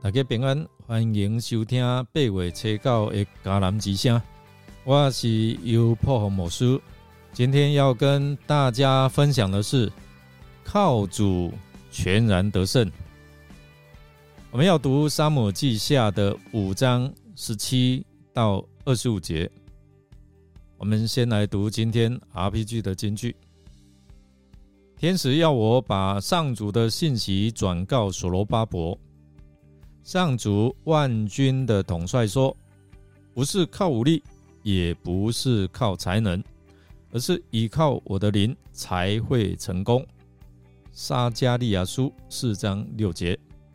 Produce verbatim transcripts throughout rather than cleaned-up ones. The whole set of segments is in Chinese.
大家平安，欢迎收听八月初九的迦南之声。我是尤破鸿牧师，今天要跟大家分享的是靠主全然得胜。我们要读撒母耳记下的五章十七到二十五节。我们先来读今天 R P G 的金句。天使要我把上主的信息转告所罗巴伯。上主万军的统帅说，不是靠武力，也不是靠才能，而是依靠我的灵才会成功。撒迦利亚书四章六节。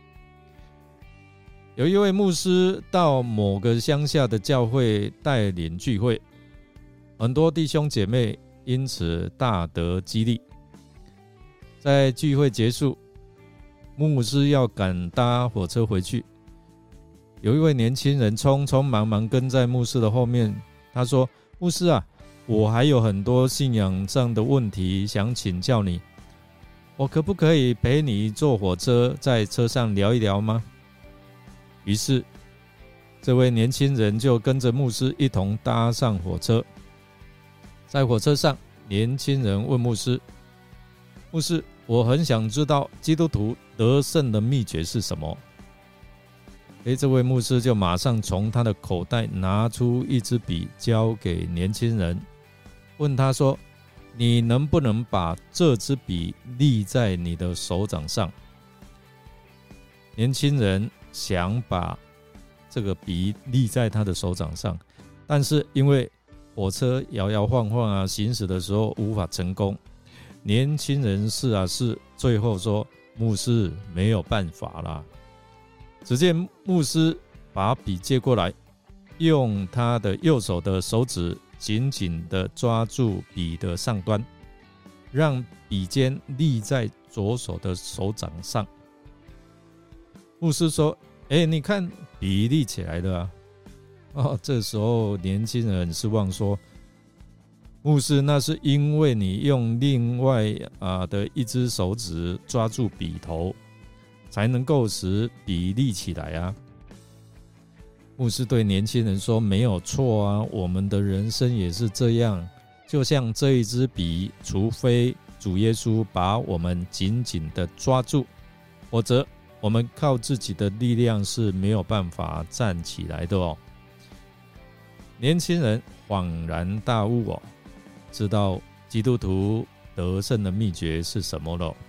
有一位牧师到某个乡下的教会带领聚会，很多弟兄姐妹因此大得激励。在聚会结束，牧师要赶搭火车回去，有一位年轻人匆匆忙忙跟在牧师的后面。他说，牧师啊，我还有很多信仰上的问题想请教你，我可不可以陪你坐火车，在车上聊一聊吗？于是这位年轻人就跟着牧师一同搭上火车。在火车上，年轻人问牧师，牧师，我很想知道基督徒得胜的秘诀是什么？诶，这位牧师就马上从他的口袋拿出一支笔交给年轻人，问他说，你能不能把这支笔立在你的手掌上？年轻人想把这个笔立在他的手掌上，但是因为火车摇摇晃晃啊，行驶的时候无法成功。年轻人试啊试，最后说，牧师没有办法啦。只见牧师把笔接过来，用他的右手的手指紧紧地抓住笔的上端，让笔尖立在左手的手掌上。牧师说，哎，你看笔立起来了啊。哦，这时候年轻人很失望说，牧师，那是因为你用另外的一只手指抓住笔头，才能够使笔立起来啊。牧师对年轻人说，没有错啊，我们的人生也是这样，就像这一支笔，除非主耶稣把我们紧紧的抓住，否则我们靠自己的力量是没有办法站起来的哦。年轻人恍然大悟哦，知道基督徒得胜的秘诀是什么了。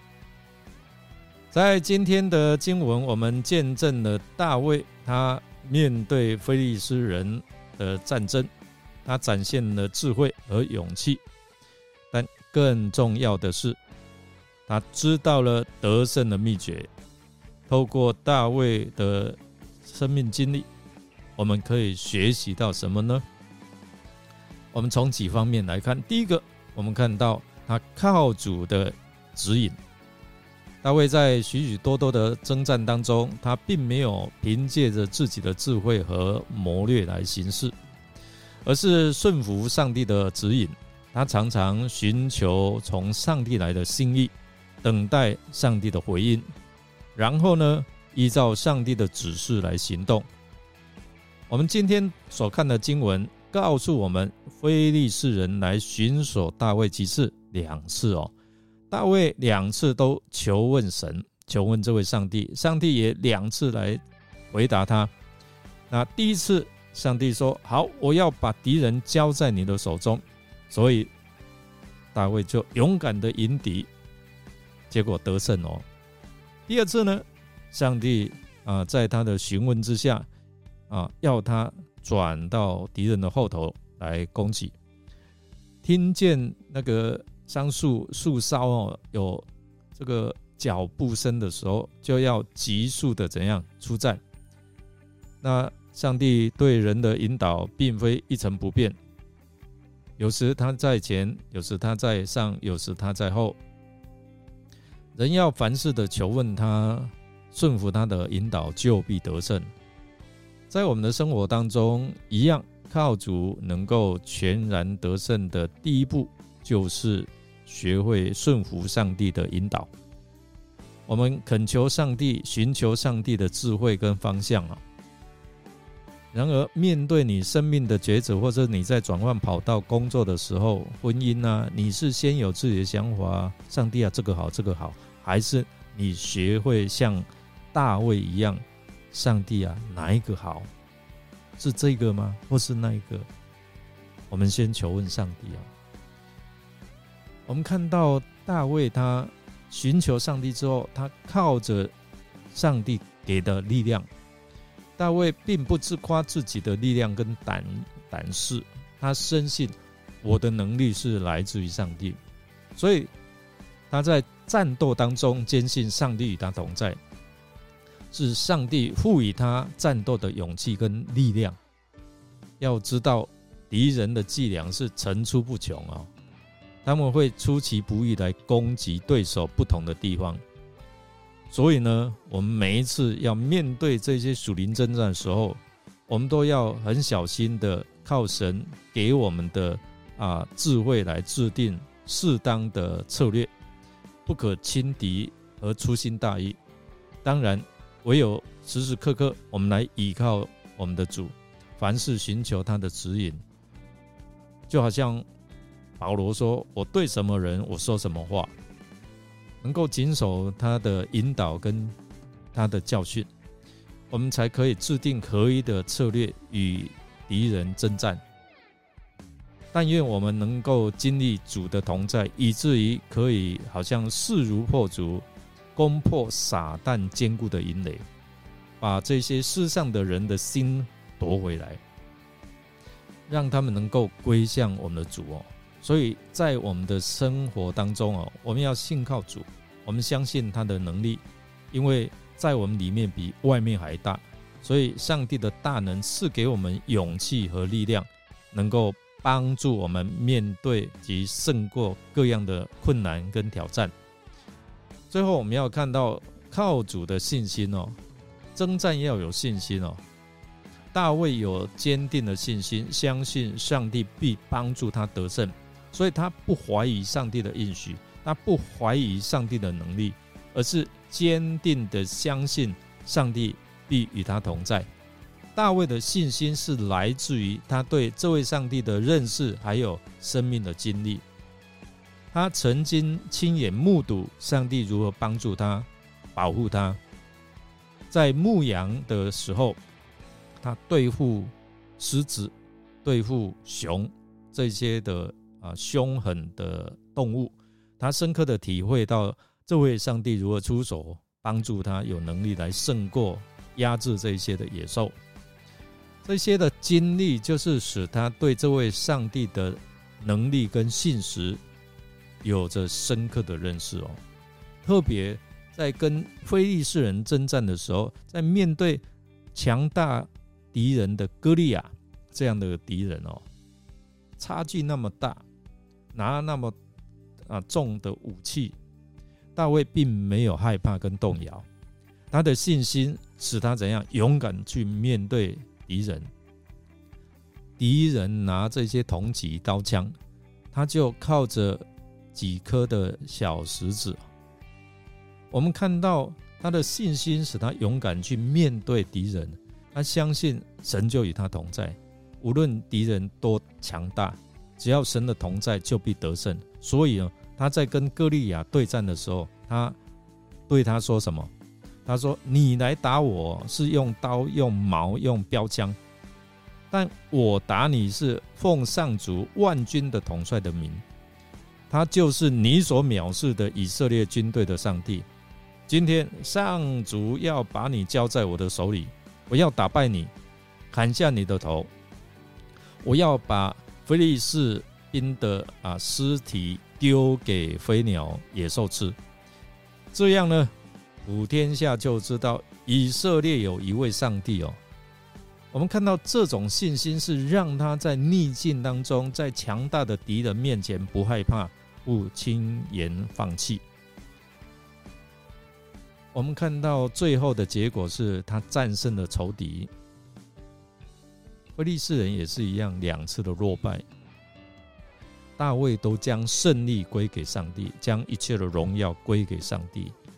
在今天的经文，我们见证了大卫他面对非利士人的战争，他展现了智慧和勇气，但更重要的是，他知道了得胜的秘诀。透过大卫的生命经历，我们可以学习到什么呢？我们从几方面来看。第一个，我们看到他靠主的指引。大卫在许许多多的征战当中，他并没有凭借着自己的智慧和谋略来行事，而是顺服上帝的指引。他常常寻求从上帝来的心意，等待上帝的回应，然后呢，依照上帝的指示来行动。我们今天所看的经文告诉我们，非利士人来寻索大卫几次？两次哦。大卫两次都求问神，求问这位上帝，上帝也两次来回答他。那第一次，上帝说，好，我要把敌人交在你的手中，所以大卫就勇敢的迎敌，结果得胜哦。第二次呢，上帝、呃、在他的询问之下、呃、要他转到敌人的后头来攻击。听见那个桑树树梢、哦、有这个脚步声的时候，就要急速的怎样出战。那上帝对人的引导并非一成不变，有时他在前，有时他在上，有时他在后。人要凡事的求问他，顺服他的引导，就必得胜。在我们的生活当中一样，靠主能够全然得胜的第一步，就是学会顺服上帝的引导。我我们恳求上帝，寻求上帝的智慧跟方向啊。然而，面对你生命的抉择，或者你在转换跑道工作的时候，婚姻啊，你是先有自己的想法啊，上帝啊，这个好，这个好，还是你学会像大卫一样，上帝啊，哪一个好？是这个吗？或是那一个？我们先求问上帝啊。我们看到大卫他寻求上帝之后，他靠着上帝给的力量。大卫并不自夸自己的力量跟 胆, 胆识，他深信我的能力是来自于上帝，所以他在战斗当中坚信上帝与他同在，是上帝赋予他战斗的勇气跟力量。要知道敌人的伎俩是层出不穷哦，他们会出其不意来攻击对手不同的地方。所以呢，我们每一次要面对这些属灵征战的时候，我们都要很小心的靠神给我们的啊智慧来制定适当的策略，不可轻敌而粗心大意。当然，唯有时时刻刻我们来依靠我们的主，凡事寻求他的指引。就好像保罗说：“我对什么人，我说什么话。”能够谨守他的引导跟他的教训，我们才可以制定合一的策略与敌人征战。但愿我们能够经历主的同在，以至于可以好像势如破竹，攻破撒旦坚固的营垒，把这些世上的人的心夺回来，让他们能够归向我们的主哦。所以在我们的生活当中哦，我们要信靠主，我们相信他的能力，因为在我们里面比外面还大，所以上帝的大能赐给我们勇气和力量，能够帮助我们面对及胜过各样的困难跟挑战。最后我们要看到靠主的信心哦，征战要有信心哦。大卫有坚定的信心，相信上帝必帮助他得胜，所以他不怀疑上帝的应许，他不怀疑上帝的能力，而是坚定的相信上帝必与他同在。大卫的信心是来自于他对这位上帝的认识，还有生命的经历。他曾经亲眼目睹上帝如何帮助他，保护他。在牧羊的时候，他对付狮子、对付熊这些的啊凶狠的动物，他深刻的体会到这位上帝如何出手帮助他，有能力来胜过压制这些的野兽。这些的经历就是使他对这位上帝的能力跟信实有着深刻的认识哦。特别在跟非利士人征战的时候，在面对强大敌人的歌利亚这样的敌人哦，差距那么大，拿那么啊重的武器，大卫并没有害怕跟动摇，他的信心使他怎样勇敢去面对敌人。敌人拿这些铜戟刀枪，他就靠着几颗的小石子。我们看到他的信心使他勇敢去面对敌人，他相信神就与他同在，无论敌人多强大，只要神的同在就必得胜。所以呢，他在跟歌利亚对战的时候，他对他说什么？他说：你来打我是用刀、用矛、用标枪，但我打你是奉上主万军的统帅的名，他就是你所藐视的以色列军队的上帝。今天上主要把你交在我的手里，我要打败你，砍下你的头，我要把非利士兵的啊尸体丢给飞鸟野兽吃。这样呢，普天下就知道以色列有一位上帝哦。我们看到这种信心是让他在逆境当中，在强大的敌人面前不害怕，不轻言放弃。我们看到最后的结果是他战胜了仇敌。非利士人也是一样，两次的落败，大卫都将胜利归给上帝，将一切的荣耀归给上帝。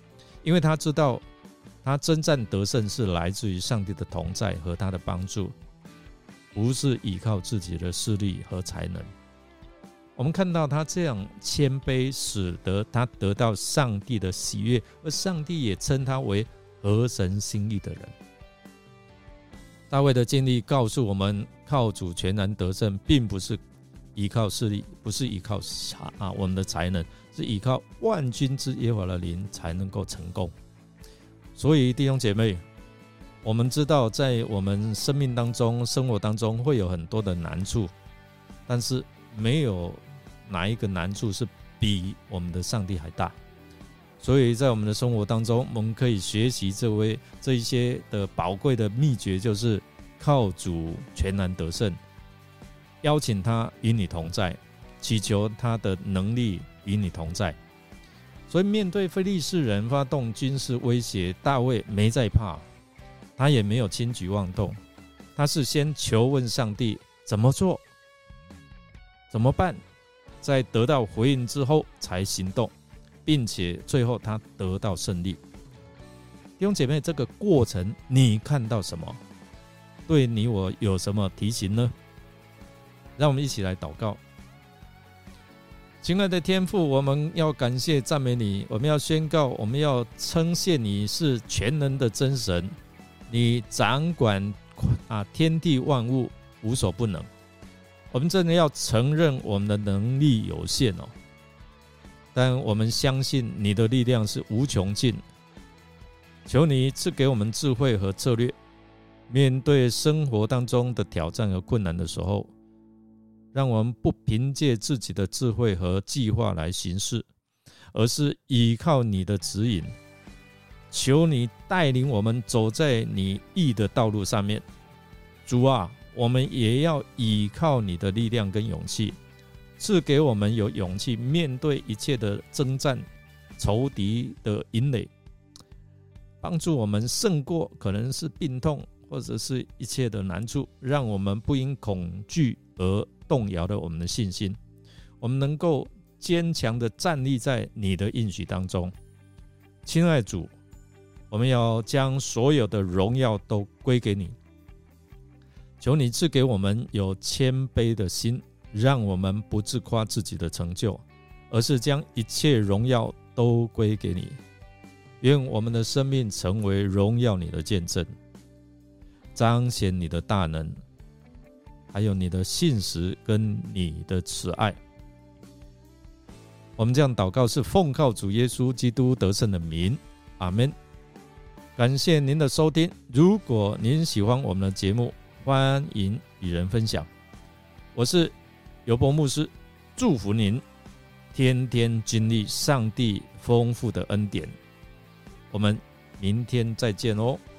因为他知道他征战得胜是来自于上帝的同在和他的帮助，不是依靠自己的势力和才能。我们看到他这样谦卑，使得他得到上帝的喜悦，而上帝也称他为合神心意的人。大卫的经历告诉我们，靠主全然得胜，并不是依靠势力，不是依靠啊我们的才能，是依靠万军之耶和华的灵才能够成功。所以弟兄姐妹，我们知道在我们生命当中、生活当中会有很多的难处，但是没有哪一个难处是比我们的上帝还大。所以在我们的生活当中，我们可以学习这位这一些的宝贵的秘诀，就是靠主全然得胜，邀请他与你同在，祈求他的能力与你同在。所以面对非利士人发动军事威胁，大卫没在怕，他也没有轻举妄动，他是先求问上帝怎么做，怎么办，在得到回应之后才行动，并且最后他得到胜利。弟兄姐妹，这个过程你看到什么？对你我有什么提醒呢？让我们一起来祷告。亲爱的天父，我们要感谢赞美你，我们要宣告，我们要称谢你是全能的真神，你掌管啊天地万物，无所不能。我们真的要承认我们的能力有限哦，但我们相信你的力量是无穷尽。求你赐给我们智慧和策略，面对生活当中的挑战和困难的时候，让我们不凭借自己的智慧和计划来行事，而是依靠你的指引。求你带领我们走在你义的道路上面。主啊，我们也要依靠你的力量跟勇气，赐给我们有勇气面对一切的征战、仇敌的营垒，帮助我们胜过可能是病痛或者是一切的难处，让我们不因恐惧而动摇了我们的信心，我们能够坚强的站立在你的应许当中。亲爱的主，我们要将所有的荣耀都归给你，求你赐给我们有谦卑的心，让我们不自夸自己的成就，而是将一切荣耀都归给你。愿我们的生命成为荣耀你的见证，彰显你的大能，还有你的信实跟你的慈爱。我们这样祷告是奉靠主耶稣基督得胜的名，阿们。感谢您的收听，如果您喜欢我们的节目，欢迎与人分享。我是尤伯牧师，祝福您天天经历上帝丰富的恩典。我们明天再见哦。